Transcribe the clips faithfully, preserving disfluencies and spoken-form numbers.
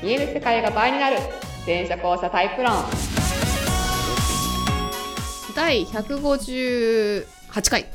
見える世界が倍になる全社交差タイプ論だいひゃくごじゅうはちかい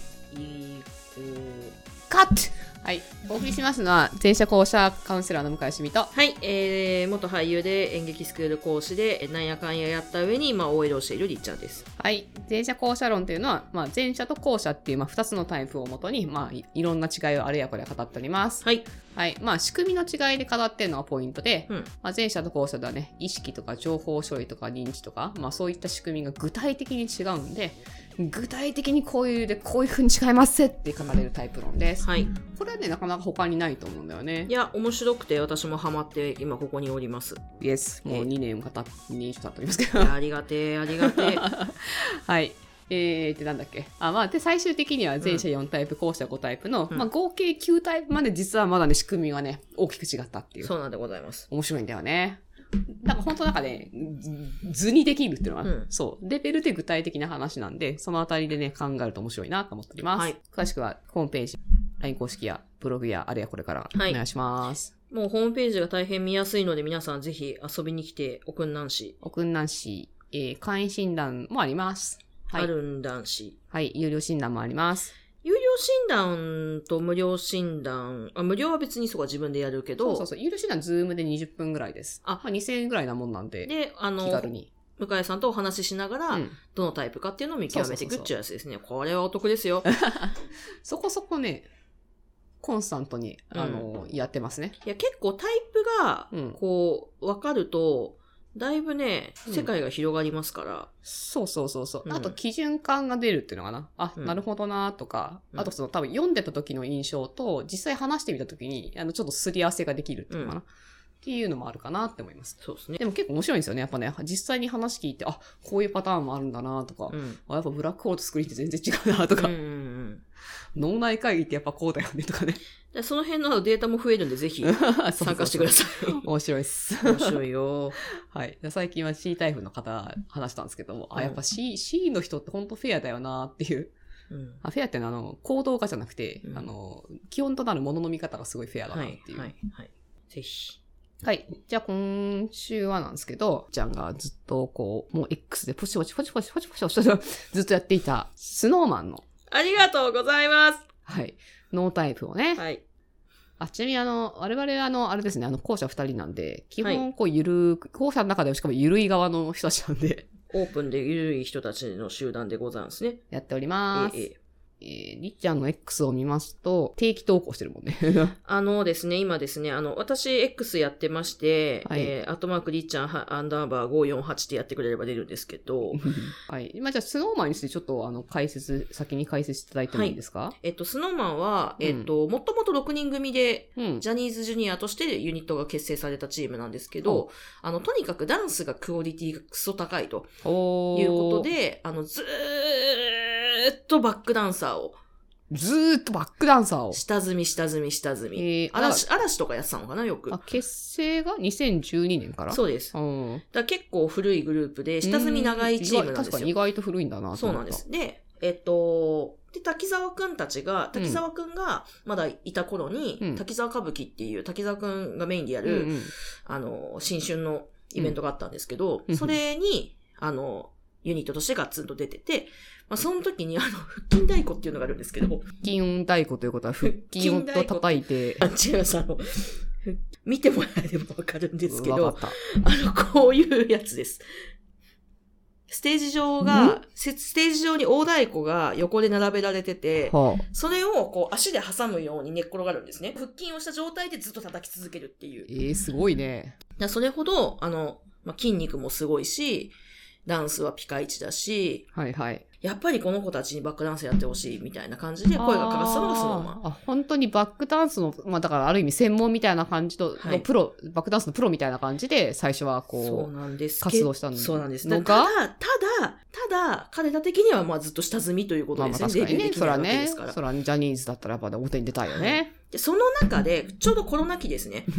カット。はい、お送りしますのは全社交差カウンセラーの向井しみと、 はい、えー、元俳優で演劇スクール講師でなんやかんややった上に、まあ、オーエル をしているりっちゃんです。 はい、前者後者論というのは、まあ、前者と後者っていう、まあ、ふたつのタイプをもとに、まあ、い, いろんな違いをあれやこれ語っております。 はい。 はい。まあ、仕組みの違いで語ってるのがポイントで、 うんまあ、前者と後者ではね、意識とか情報処理とか認知とか、まあ、そういった仕組みが具体的に違うんで、具体的にこういうでこういう風に違いますって語れるタイプ論です。 はい。 これはね、なかなか他にないと思うんだよね。 いや、面白くて私もハマって今ここにおります。 イエス。もうにねんかた、にねん以上経っておりますけど。 ありがてえ、ありがてえ。 はい。えーってなんだっけあ、まあ、で、最終的には前者よんタイプ、うん、後者ごタイプの、うん、まあ、合計きゅうタイプまで実はまだね、仕組みはね、大きく違ったっていう。 そうなんでございます。 面白いんだよね。なんか本当なんかね、図にできるっていうのは、うん、そう。レベルで具体的な話なんで、そのあたりでね、考えると面白いなと思っております。はい。詳しくは、ホームページ、ライン 公式や、ブログや、あれやこれからお願いします。 はい、もうホームページが大変見やすいので、皆さんぜひ遊びに来て、おくんなんし。 おくんなんし、えー、会員診断もあります。はい。 あるんだんし。 はい。有料診断もあります。 有料診断と無料診断、あ、無料は別にそこは自分でやるけど。 そうそうそう。有料診断ズームでにじゅっぷんぐらいです。あ、まあ、にせんえんぐらいなもんなんで。 で、あの、 気軽に。 向井さんとお話ししながら、うん、どのタイプかっていうのを見極めていくっていうやつですね。これはお得ですよ。 そこそこね、コンスタントに、あの、うん、やってますね。 いや、結構タイプが、こう、わかると、だいぶね、世界が広がりますから。うん、 そうそうそうそう、うん。あと、基準感が出るっていうのかな。あ、うん、なるほどなとか、うん、あとその多分読んでた時の印象と、実際話してみた時に、あの、ちょっとすり合わせができるっていうのかな。うん、っていうのもあるかなって思います。 そうですね。 でも結構面白いんですよね。やっぱね、実際に話聞いて、あ、こういうパターンもあるんだなとか、うん、あ、やっぱブラックホールとスクリーンって全然違うなとか、うんうんうん、脳内会議ってやっぱこうだよねとかね。 でその辺のデータも増えるんで、ぜひ参加してください。 そうそうそう面白いです。 面白いよ。 はい。最近は C タイプの方話したんですけども、うん、あ、やっぱ C、C の人って本当フェアだよなっていう。うん、あフェアってのはあの行動化じゃなくて、うん、あの基本となるものの見方がすごいフェアだなっていう。 はいはいはい。ぜひ。 はい。じゃあ今週はなんですけど、ちゃんがずっとこう、もう X でポチポチポチポチポチポチポチずっとやっていたスノーマンの。 ありがとうございます。 はい。ノータイプをね。 はい。 あ、ちなみにあの、我々あの、あれですね、あの、後者二人なんで、基本こう、ゆるく、後者の中でしかもゆるい側の人たちなんで。 オープンでゆるい人たちの集団でございますね。 やっております。ええ。えー、りっちゃんの X を見ますと、定期投稿してるもんね。 あのですね、今ですね、あの、私 X やってまして、はい、えー、アットマークりっちゃんアンダーバーごーよんはちってやってくれれば出るんですけど。 はい。今じゃあ、スノーマンについてちょっと、あの、解説、先に解説いただいてもいいですか？はい、 えっと、スノーマンは、えっと、うん、もともとろくにん組で、うん、ジャニーズジュニアとしてユニットが結成されたチームなんですけど、あの、とにかくダンスがクオリティがクソ高いということで、あの、ずーっとバックダンサーを、 ずーっとバックダンサーを。 下積み、下積み、下積み。えー、嵐、嵐とかやってたのかな、よく。 あ、結成がにせんじゅうにねんから？ そうです。うん、だ結構古いグループで、下積み長いチームなんですよ。 確かに意外と古いんだな。 そうなんです。で、えっと、で、滝沢くんたちが、滝沢くんがまだいた頃に、うん、滝沢歌舞伎っていう、滝沢くんがメインでやる、うんうん、あの、新春のイベントがあったんですけど、うん、それに、あの、ユニットとしてガッツンと出てて、まあ、その時にあの、腹筋太鼓っていうのがあるんですけど。 腹筋太鼓ということは腹筋を叩いて。 あ、違います。あの、見てもらえればわかるんですけど、あの、こういうやつです。ステージ上が、ステージ上に大太鼓が横で並べられてて、はあ、それをこう足で挟むように寝っ転がるんですね。腹筋をした状態でずっと叩き続けるっていう。 ええー、すごいね。 だそれほど、あの、まあ、筋肉もすごいし、ダンスはピカイチだし、 はいはい。 やっぱりこの子たちにバックダンスやってほしいみたいな感じで声がかかったのがスノーマン。 あ、本当にバックダンスの、まあだからある意味専門みたいな感じと、はい、のプロ、バックダンスのプロみたいな感じで最初はこう、 そうなんです活動したのが。 そうなんです。ただ、ただ、ただ、彼ら的にはまあずっと下積みということですね。 まあ確かにね。そらね、そらジャニーズだったらやっぱ表に出たいよね。 はい、で、その中で、ちょうどコロナ期ですね。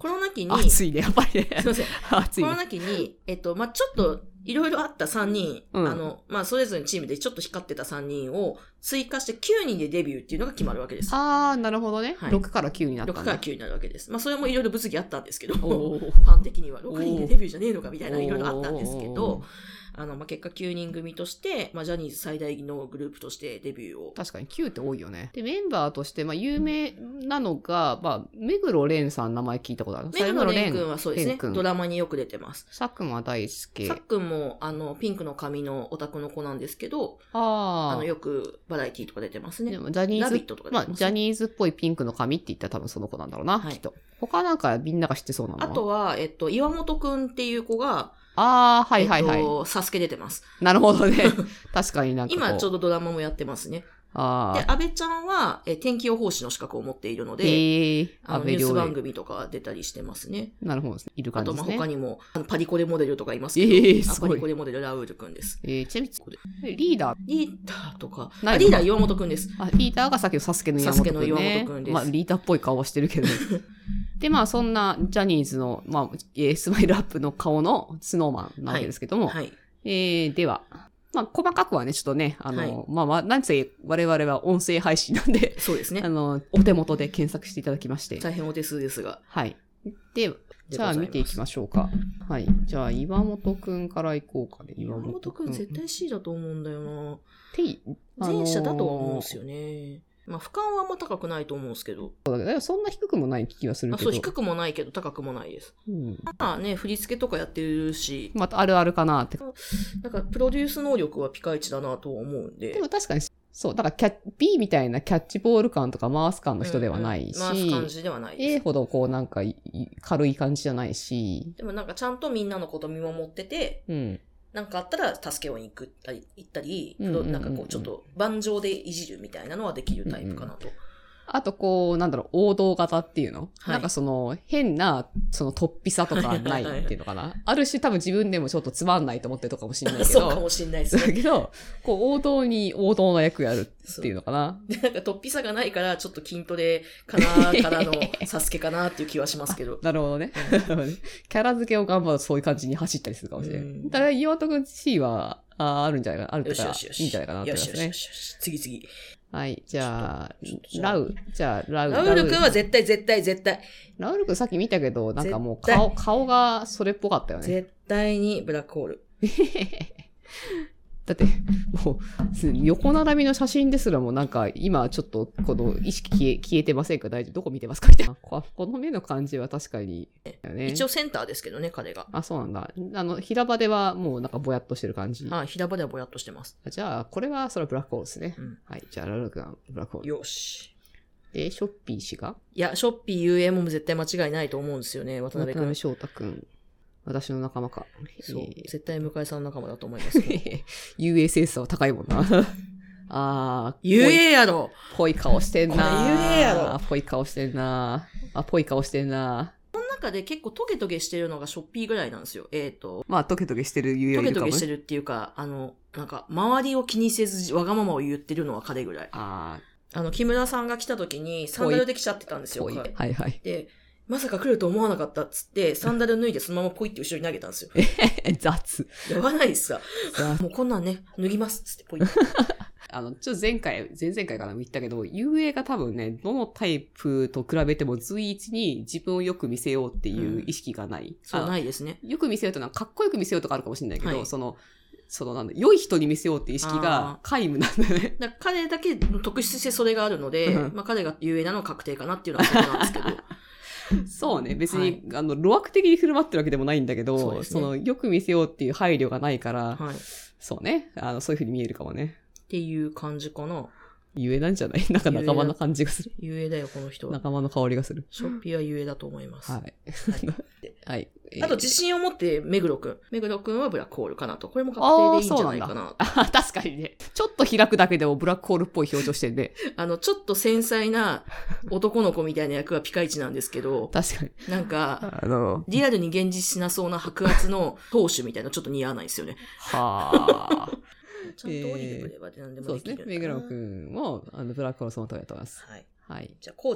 コロナ期に、 暑いね、やっぱりね。 すいません。 暑いね。 コロナ期に、えっと、まあ、ちょっと、いろいろあったさんにん、 うん、 あの、まあ、それぞれのチームでちょっと光ってたさんにんを追加してきゅうにんでデビューっていうのが決まるわけです。 あー、なるほどね。 はい、 ろくからきゅうになったんだ。 ろくからきゅうになるわけです。まあ、それもいろいろ物議あったんですけど、フおーァン的にはろくにんでデビューじゃねえのかみたいないろいろあったんですけど、あの、まあ、結果きゅうにん組として、まあ、ジャニーズ最大のグループとしてデビューを。 確かにきゅうって多いよね。で、メンバーとして、まあ、有名なのが、まあ、目黒蓮さん名前聞いたことある。 目黒蓮君はそうですね。ドラマによく出てます。 佐久間大介。 佐久間も、あの、ピンクの髪のオタクの子なんですけど、 ああの、よくバラエティとか出てますね。 でもジャニーズ、 ラビットとか出てます、ね。 まあ、ジャニーズっぽいピンクの髪って言ったら多分その子なんだろうな、はい、きっと。他なんかみんなが知ってそうなのはあとは、えっと、岩本くんっていう子が、 ああ、はいはいはい。えっと、サスケ出てます。 なるほどね。確かになんか今ちょうどドラマもやってますね。あで、安倍ちゃんは、え、天気予報士の資格を持っているので、えー、あのニュース番組とか出たりしてますね。 なるほどですね。いる感じですね。 あと、まあ、他にも、あのパリコレモデルとかいますけど、えー、すごいパリコレモデルラウールくんです。 えー、ちなみに、リーダーリーダーとか、あ、リーダー岩本くんです。 あ、リーダーがさっきのサスケの岩本くんね。サスケの岩本くんです。まあ、リーダーっぽい顔はしてるけど。で、まあ、そんなジャニーズの、まあ、スマイルアップの顔のスノーマンなわけですけども、はいはい、えー、では、まあ、細かくはね、ちょっとね、あの、はい、まあまあ、なんせ我々は音声配信なんで、 そうですね。 あの、お手元で検索していただきまして。 大変お手数ですが。 はい。で、じゃあ見ていきましょうか。はい。じゃあ、岩本くんから行こうかね。 岩本くん絶対 C だと思うんだよな。 てい、 あのー、前者だと思うんですよね。まあ、俯瞰はあんま高くないと思うんですけど。 そうだけど、そんな低くもない気がするけど。 あ、そう、低くもないけど、高くもないです。うん、まあね、振り付けとかやってるし。 またあるあるかなって。 なんか、プロデュース能力はピカイチだなと思うんで。 でも確かに、そう、だからキャッ、B みたいなキャッチボール感とか回す感の人ではないし。うんうん、 回す感じではないです。 A ほどこうなんか、軽い感じじゃないし。 でもなんかちゃんとみんなのこと見守ってて、うん。なんかあったら助けをに行ったり、行ったり、うんうんうんうん、なんかこうちょっと盤上でいじるみたいなのはできるタイプかなと。うんうん、 あとこう、なんだろう、王道型っていうの、はい、なんかその変な、その突飛さとかないっていうのかな。はいはい、ある種多分自分でもちょっとつまんないと思ってるとかもしれないけど。 そうかもしれないですね。 だけど、こう王道に王道の役やるっていうのかな。 で、なんか突飛さがないから、ちょっと筋トレかなからのサスケかなっていう気はしますけど。 なるほどね。キャラ付けを頑張るとそういう感じに走ったりするかもしれない。だから岩本くん C は、あ, あるんじゃないかな。あるからいいんじゃないかなって思いますね。 よしよしよし。次次。 はい。じゃあ、ラウ。じゃあ、ラウ。 ラウルくんは絶対絶対絶対。 ラウルくんさっき見たけど、なんかもう顔、顔がそれっぽかったよね。 絶対にブラックホール。 だって、もう、横並びの写真ですらもなんか、今ちょっと、この意識消え、消えてませんか？大丈夫？どこ見てますか？みたいな。この目の感じは確かに、 ね。一応センターですけどね、彼が。 あ、そうなんだ。あの、平場ではもうなんかぼやっとしてる感じ。 はい、平場ではぼやっとしてます。 じゃあ、これは、それはブラックホールですね。うん、はい。じゃあ、ラルクがブラックホール。 よし。 で、ショッピー氏がいや、ショッピー ユーエー も絶対間違いないと思うんですよね、渡辺君。 渡辺翔太君。私の仲間か。 そう。えー、絶対向井さんの仲間だと思います、ね。 ユーエー センスは高いもんな。あー。 ユーエー やろぽい顔してんな。 これ ユーエー やろぽい顔してんな。あ、ぽい顔してんな。 この中で結構トゲトゲしてるのがショッピーぐらいなんですよ。えっ、ー、と。 まあ、トゲトゲしてるユーエーいるかも、ね。 トゲトゲしてるっていうか、あの、なんか、周りを気にせずわがままを言ってるのは彼ぐらい。 ああ。あの、木村さんが来た時にサンダルで来ちゃってたんですよ。 はいはい。 で、まさか来ると思わなかったっつって、サンダル脱いでそのままポイって後ろに投げたんですよ。 え雑。 やばないですか。もうこんなんね、脱ぎますっつってポイって。 あの、ちょっと前回、前々回かな言ったけど、ユーエー が多分ね、どのタイプと比べても随一に自分をよく見せようっていう意識がない。うん、 そうないですね。 よく見せようというのはかっこよく見せようとかあるかもしれないけど、はい、その、そのなんだ、良い人に見せようっていう意識が皆無なんだよね。 だから彼だけ特殊してそれがあるので、まあ彼がユーエーなのは確定かなっていうのはそうなんですけど。 そうね。別に、はい、あの、路悪的に振る舞ってるわけでもないんだけど、そ,、ね、その、よく見せようっていう配慮がないから、はい、そうね。あの、そういう風に見えるかもね。 っていう感じかな。 ゆえなんじゃない？なんか仲間の感じがする。 ゆえだよ、この人は。 仲間の香りがする。 ショッピーはゆえだと思います。 はい。はい。 あと自信を持って目黒くん。目黒くんはブラックホールかなと。これも確定でいいんじゃないかな。 あ、確かにね。ちょっと開くだけでもブラックホールっぽい表情してるね。 あの、ちょっと繊細な男の子みたいな役はピカイチなんですけど。 確かに。 なんか、あの、リアルに現実しなそうな白髪の当主みたいなちょっと似合わないですよね。はぁ。ちゃんと降りてくれば何でもできる、えー。そうですね。 目黒くんも、あの、ブラックホールその通りだと思います。 はい。 はい。 じゃあ、コージ。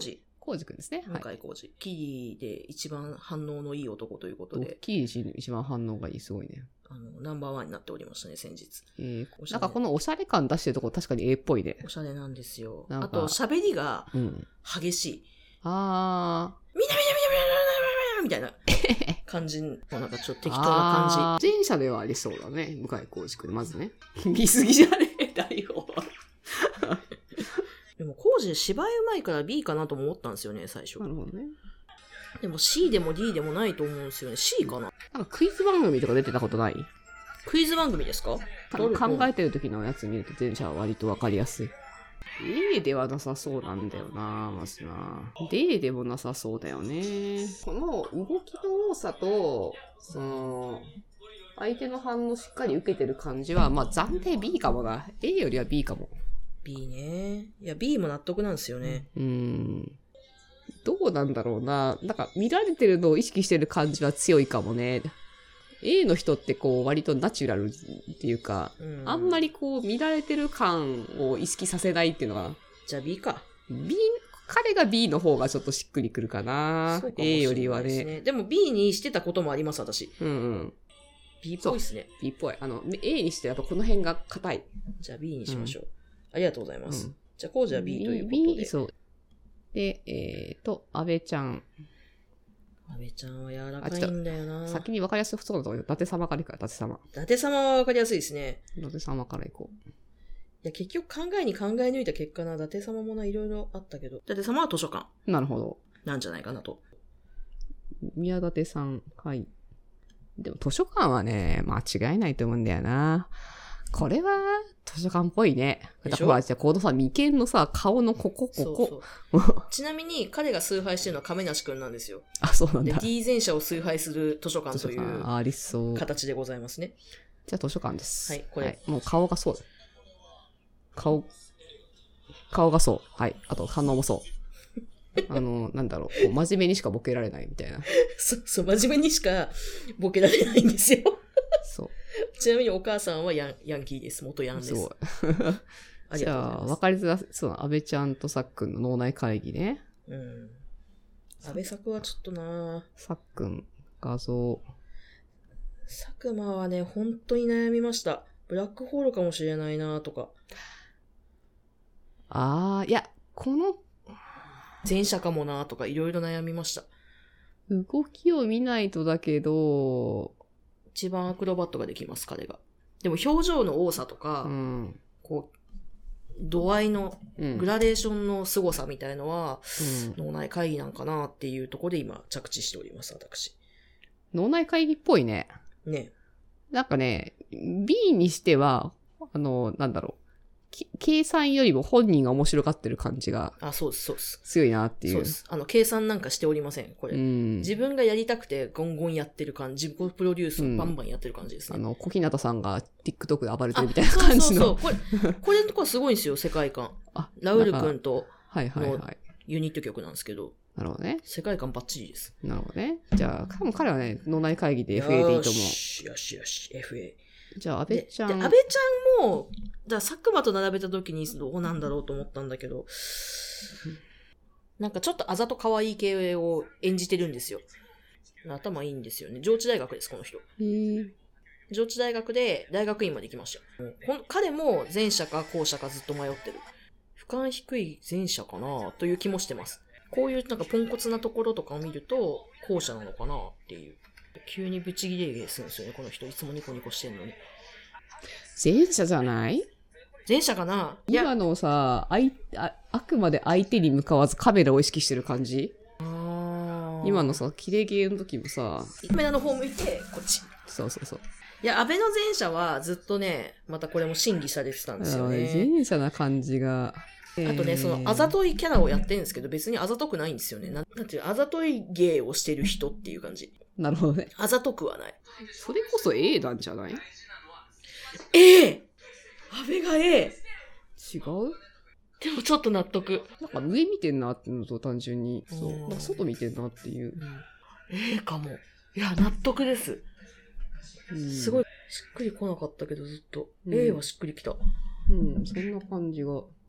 浩二くんですね。 向井浩二。キーで一番反応のいい男ということで。 キー一番反応がいい、すごいね。 あの、ナンバーワンになっておりましたね、先日。 えー、なんかこのおしゃれ感出してるとこ確かに A っぽいね。 おしゃれなんですよ。あと、喋りが激しい。うん、 あー。 みなみなみなみなみなみたいな感じの、なんかちょっと適当な感じ。前者ではありそうだね、向井浩二くん。まずね。見すぎじゃねえ、台本。 でも、浩二芝居うまいから B かなとも思ったんですよね、最初。 なるほどね。 でも C でも D でもないと思うんですよね。C かな。 なんかクイズ番組とか出てたことない？ クイズ番組ですか？ 考えてる時のやつ見ると前者は割とわかりやすい。A ではなさそうなんだよな、まずな。D でもなさそうだよね。この動きの多さと、その、相手の反応しっかり受けてる感じは、まあ暫定 B かもな。A よりは B かも。 B ね。いや、B も納得なんですよね。 うーん。どうなんだろうな。なんか見られてるのを意識してる感じは強いかもね。A の人ってこう割とナチュラルっていうか、うん、あんまりこう見られてる感を意識させないっていうのが。 じゃあ B か。 B、彼が B の方がちょっとしっくりくるかな。か A よりはね。 でも B にしてたこともあります、私。 うんうん。 B っぽいっすね。 B っぽい。あの、A にしてやっぱこの辺が硬い。 じゃあ B にしましょう。うん、ありがとうございます。うん、じゃあこうじゃ B ということで。 B、そう。で、えーと、安倍ちゃん。 安倍ちゃんは柔らかいんだよな。 先に分かりやすいそうなところ、伊達様からいくから、伊達様。 伊達様は分かりやすいですね。 伊達様からいこう。 いや、結局考えに考え抜いた結果な、伊達様もないろいろあったけど、伊達様は図書館。 なるほど。 なんじゃないかなと。 宮舘さん、はい。でも図書館はね、間違いないと思うんだよな。これは、図書館っぽいね。だから、じゃあ、このさ、眉間のさ、顔のここ、ここ。 そうそうちなみに、彼が崇拝してるのは亀梨くんなんですよ。 あ、そうなんだ。 で、D 前者を崇拝する図書館というありそう形でございますね。 じゃあ、図書館です。 はい、これ。はい、 もう顔がそう。顔、顔がそう。はい。あと、反応もそう。あの、なんだろう、こう真面目にしかボケられないみたいな。 そう、そう、真面目にしかボケられないんですよ。 そう。 ちなみにお母さんはヤン、ヤンキーです。元ヤンです。 そう。あじゃあ、分かりづらそうな、安倍ちゃんとさっくんの脳内会議ね。 うん。安倍作はちょっとなさっくん、画像。 佐久間はね、本当に悩みました。ブラックホールかもしれないなとか。 あー、いや、この、 前者かもなとかいろいろ悩みました。 動きを見ないとだけど、 一番アクロバットができます、彼が。でも表情の多さとか、 うん、 こう、度合いの、グラデーションの凄さみたいのは、うん、脳内会議なんかなっていうところで今着地しております、私。 脳内会議っぽいね。 ね。 なんかね、B にしては、あの、なんだろう。計算よりも本人が面白がってる感じが。 あ、そうです、そうです。 強いなっていう。 そうです。あの、計算なんかしておりません、これ。うん、自分がやりたくてゴンゴンやってる感じ、自己プロデュースをバンバンやってる感じですね。 うん、あの、小日向さんが TikTok で暴れてるみたいな感じの。 そうそうそう。これ、これとかすごいんですよ、世界観。あ、ラウル君とのユニット曲なんですけど。 なるほどね。 世界観バッチリです。 なるほどね。じゃあ、多分彼はね、脳内会議で エフエー でいいと思う。よし、よしよし、エフエー。 じゃあ、安倍ちゃん。 安倍ちゃんも、じゃあ、佐久間と並べた時にどうなんだろうと思ったんだけど、なんかちょっとあざと可愛い系を演じてるんですよ。頭いいんですよね。上智大学です、この人。上智大学で大学院まで行きました。彼も前者か後者かずっと迷ってる。俯瞰低い前者かなという気もしてます。こういうなんかポンコツなところとかを見ると、後者なのかなっていう。急にブチギレゲするんですよね、この人。いつもニコニコしてんのに。 前者じゃない？ 前者かな？ 今のさ、あいあ、あくまで相手に向かわずカメラを意識してる感じ？あ今のさ、キレゲーの時もさ、 カメラの方向いて、こっち。 そうそうそう。 いや、安倍の前者はずっとね、またこれも審議されてたんですよね。 前者な感じが。 あとね、そのあざといキャラをやってるんですけど、別にあざとくないんですよね。なん、なんていう、あざとい芸をしてる人っていう感じ。 なるほどね。 あざとくはない。 それこそ A なんじゃない？ A！ 安倍が A！ 違う？ でもちょっと納得。 なんか上見てんなっていうのと単純に。そう。なんか外見てんなっていう。うん、 A かも。いや、納得です。うん、すごいしっくり来なかったけどずっと。うん、A はしっくりきた。 うん、そんな感じが。雰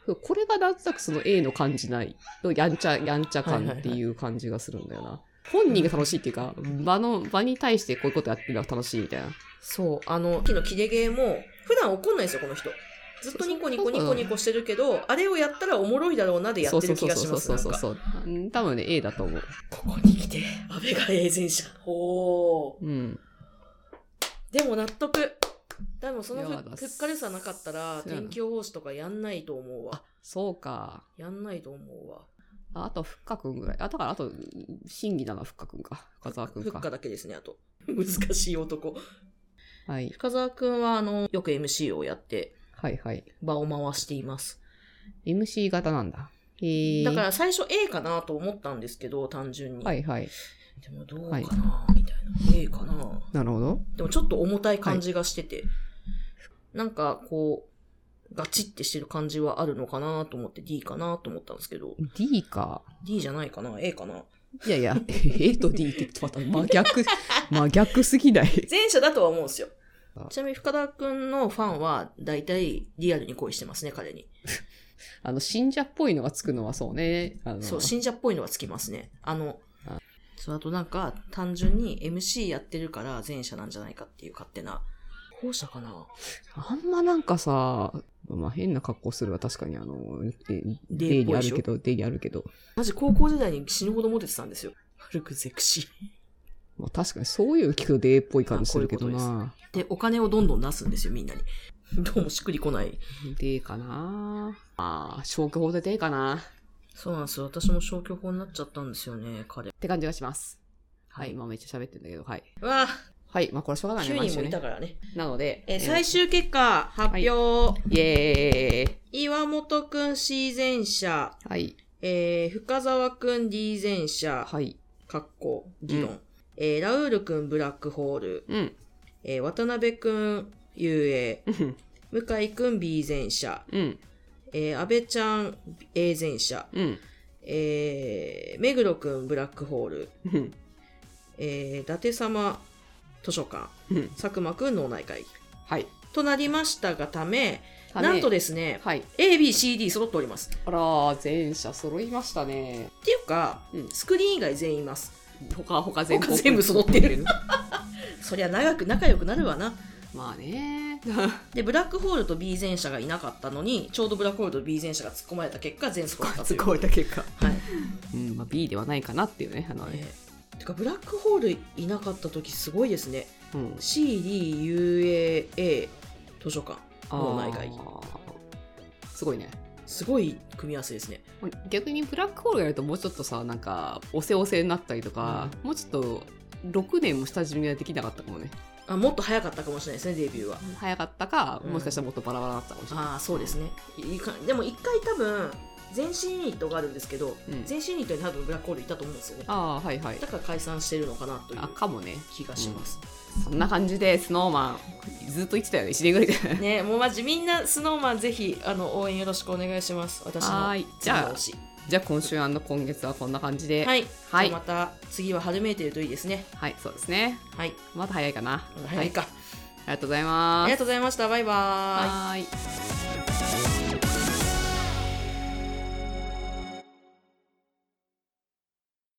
これがなんとなくその A の感じない、やんちゃ、やんちゃ感っていう感じがするんだよな。はいはいはい、本人が楽しいっていうか、場の、場に対してこういうことやってるのが楽しいみたいな。 そう。あの、木のキレゲーも、普段怒んないですよ、この人。ずっとニコニコニコニコしてるけど、あれをやったらおもろいだろうなでやってる気がします。 そうそうそうそうそう。多分ね、A だと思う。 ここに来て、安倍が A 前者。おー。うん。でも納得。でもそのふっかるさなかったら、天気予報士とかやんないと思うわ。 あ、そうか。 やんないと思うわ。 あ, あと、ふっかくんぐらい。あ、だからあと、審議なのはふっかくんか。深澤くんか。 ふっかだけですね、あと。難しい男。 はい。 深澤くんは、あの、よく エムシー をやって、 はいはい。 場を回しています。 エムシー 型なんだ。へー。 だから最初 A かなと思ったんですけど、単純に。はいはい。でもどうかな、はい、みたいな。A かな。 なるほど。 でもちょっと重たい感じがしてて、はい、なんかこう、ガチってしてる感じはあるのかなと思って D かなと思ったんですけど。 D か。 D じゃないかな ?A かな。 いやいや、A と D ってまた真逆、真逆すぎない。 前者だとは思うんですよ。ちなみに深田くんのファンは大体リアルに恋してますね、彼に。 あの、信者っぽいのがつくのはそうね。あのそう、信者っぽいのがつきますね。あの、あそう、あとなんか単純に エムシー やってるから前者なんじゃないかっていう勝手な。後者かな。 あんまなんかさ、まあ変な格好するは確かにあの、デイにあるけど、デイにあるけど。 マジ高校時代に死ぬほどモテてたんですよ。歩くゼクシー。 まあ確かにそういう聞くとデイっぽい感じするけどな。 こういうことです。で、お金をどんどん出すんですよ、みんなに。どうもしっくりこない。 デイかな。まあ、消去法でデイかな。 そうなんですよ。私も消去法になっちゃったんですよね、彼。 って感じがします。はい、まあめっちゃ喋ってんだけど、はい。 うわはい。まあ、これしょうがないね。 きゅうにんもいたからね。 なので。 えー、最終結果、発表。はい、 イエーイ。 岩本くん C 前者。 はい。 えー、深沢くん D 前者。 はい。 かっこ、議論。うん、えー、ラウールくんブラックホール。 うん。 えー、渡辺くん ユーエー。向井くん B 前者。 うん。 えー、安倍ちゃん A 前者。 うん。 えー、目黒くんブラックホール。 うん。 えー、伊達様図書館、 うん、 佐久間くん脳内会議、 はい、 となりましたがため、なんとですね、 はい、 A、B、C、D 揃っております。 あらー、全社揃いましたね。 っていうか、うん、スクリーン以外全員います。 他、他全部。 他全部揃ってる。そりゃ長く仲良くなるわな。 まあね。 で、ブラックホールと B 前者がいなかったのに、ちょうどブラックホールと B 前者が突っ込まれた結果、全揃ったという。 突っ込まれた結果。 はい。 うん、まあ B ではないかなっていうね。あのね。 えーてかブラックホールいなかった時すごいですね、うん、シーディーユーエーエー 図書館脳内会議すごいねすごい組み合わせですね。 逆にブラックホールやるともうちょっとさなんかおせおせになったりとか、うん、もうちょっとろくねんも下準備ができなかったかもね。 あもっと早かったかもしれないですねデビューは。 早かったか、うん、もしかしたらもっとバラバラだったかもしれない。 ああそうですね。でも一回多分前身ユニットがあるんですけど、うん、前身ユニットに多分ブラックホールいたと思うんですよね。 ああはいはい。 だから解散してるのかなというかもね気がします、 うん、そんな感じでスノーマンずっと言ってたよねいちねんぐらいでね。もうマジみんなスノーマンぜひあの応援よろしくお願いします。私のはいじゃあじゃあ今週今月はこんな感じではい、はい、また次は春めいてるといいですね。 はいそうですね。はいまだ早いかな。 まだ早いか、はい、 ありがとうございます。 ありがとうございました。バイバーイ。 はい